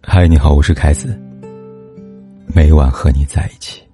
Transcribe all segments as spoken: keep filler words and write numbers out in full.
嗨，你好，我是凯子，每晚和你在一起。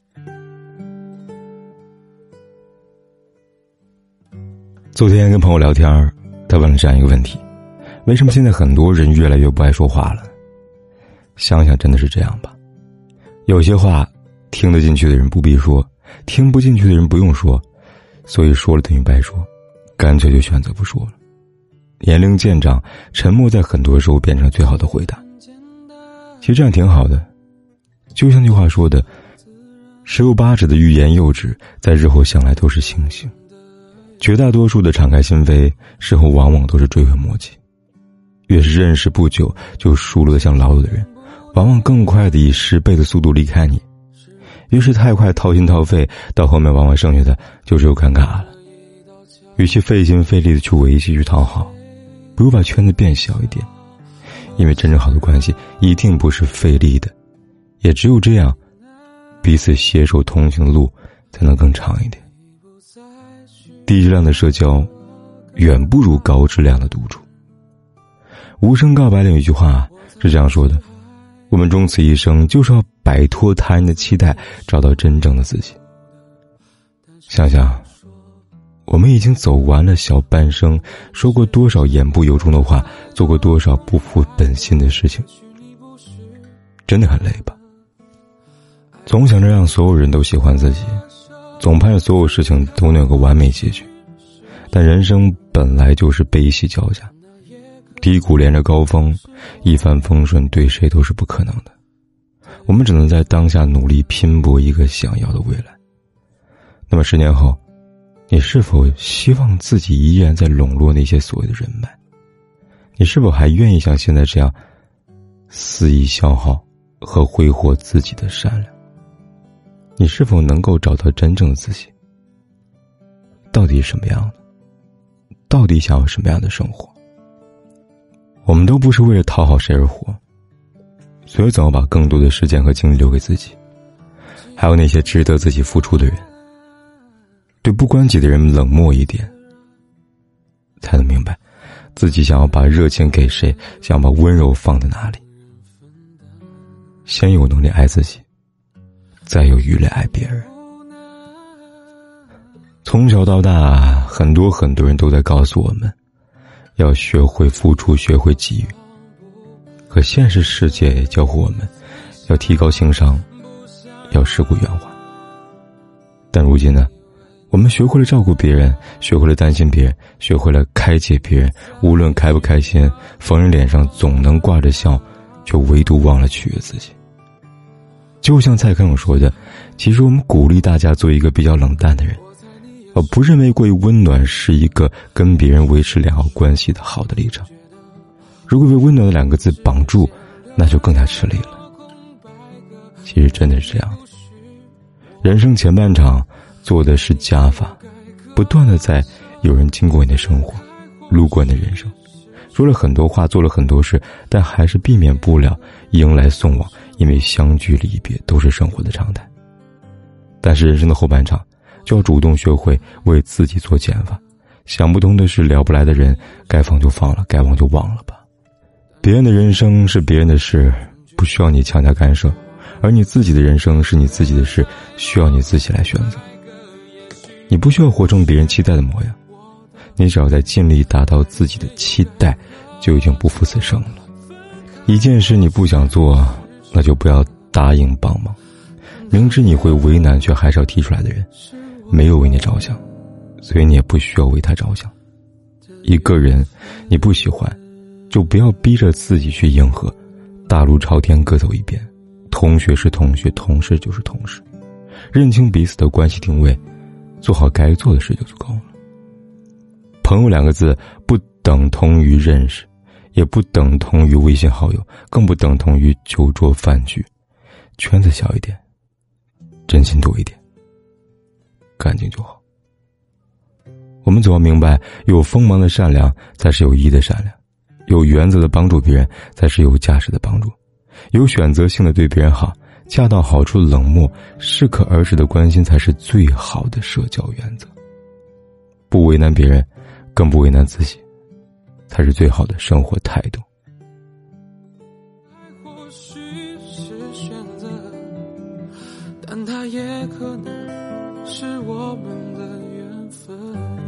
昨天跟朋友聊天，他问了这样一个问题：为什么现在很多人越来越不爱说话了？想想真的是这样吧，有些话听得进去的人不必说，听不进去的人不用说，所以说了等于白说，干脆就选择不说了。年龄渐长，沉默在很多时候变成了最好的回答。其实这样挺好的，就像那句话说的，十有八九的欲言又止，在日后想来都是庆幸。绝大多数的敞开心扉，事后往往都是追悔莫及。越是认识不久就熟络得像老友的人，往往更快地以十倍的速度离开你。越是太快掏心掏肺，到后面往往剩下的就只有尴尬了。与其费心费力的去维系去讨好，不如把圈子变小一点。因为真正好的关系一定不是费力的，也只有这样，彼此携手同行的路才能更长一点。低质量的社交远不如高质量的独处。无声告白里有一句话是这样说的：我们终此一生就是要摆脱他人的期待，找到真正的自己。想想我们已经走完了小半生，说过多少言不由衷的话，做过多少不符本心的事情，真的很累吧？总想着让所有人都喜欢自己，总盼着所有事情都能有个完美结局，但人生本来就是悲喜交加，低谷连着高峰，一帆风顺对谁都是不可能的。我们只能在当下努力拼搏一个想要的未来。那么十年后，你是否希望自己依然在笼络那些所谓的人脉？你是否还愿意像现在这样肆意消耗和挥霍自己的善良？你是否能够找到真正的自己？到底是什么样的？到底想要什么样的生活？我们都不是为了讨好谁而活，所以总要把更多的时间和精力留给自己，还有那些值得自己付出的人。对不关己的人冷漠一点，才能明白自己想要把热情给谁，想要把温柔放在哪里。先有能力爱自己，再有余力爱别人。从小到大，很多很多人都在告诉我们，要学会付出，学会给予。可现实世界也教会我们，要提高情商，要世故圆滑。但如今呢，我们学会了照顾别人，学会了担心别人，学会了开解别人，无论开不开心，逢人脸上总能挂着笑，却唯独忘了取悦自己。就像蔡康永说的，其实我们鼓励大家做一个比较冷淡的人，而不认为过于温暖是一个跟别人维持良好关系的好的立场。如果被温暖的两个字绑住，那就更加吃力了。其实真的是这样的，人生前半场做的是加法，不断的在有人经过你的生活，路过你的人生，说了很多话，做了很多事，但还是避免不了迎来送往，因为相聚离别都是生活的常态。但是人生的后半场就要主动学会为自己做减法，想不通的事，聊不来的人，该放就放了，该忘就忘了吧。别人的人生是别人的事，不需要你强加干涉，而你自己的人生是你自己的事，需要你自己来选择。你不需要活成别人期待的模样，你只要在尽力达到自己的期待，就已经不负此生了。一件事你不想做，那就不要答应帮忙。明知你会为难却还是要提出来的人，没有为你着想，所以你也不需要为他着想。一个人你不喜欢，就不要逼着自己去迎合，大路朝天各走一边。同学是同学，同事就是同事，认清彼此的关系定位，做好该做的事就足够了。朋友两个字不等同于认识，也不等同于微信好友，更不等同于酒桌饭局。圈子小一点，真心多一点，干净就好。我们总要明白，有锋芒的善良才是有意义的善良，有原则的帮助别人才是有价值的帮助，有选择性的对别人好，恰到好处的冷漠，适可而止的关心才是最好的社交原则。不为难别人，更不为难自己，才是最好的生活态度。 许是选择，但它也可能是我们的缘分。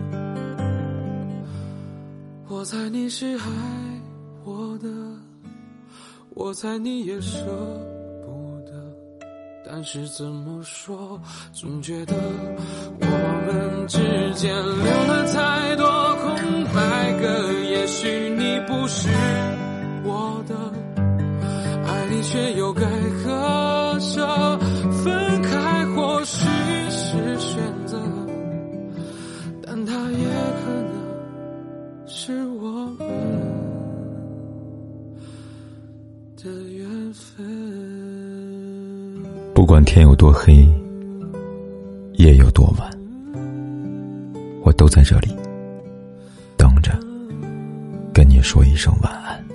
我猜你是爱我的，我猜你也舍不得，但是怎么说，总觉得我们之间留了太多空白格。也许你不是我的，爱你却又该割舍，分开或许是选择，但它也可能是我们的缘分。 不管天有多黑，夜有多晚，我都在这里等着跟你说一声晚安。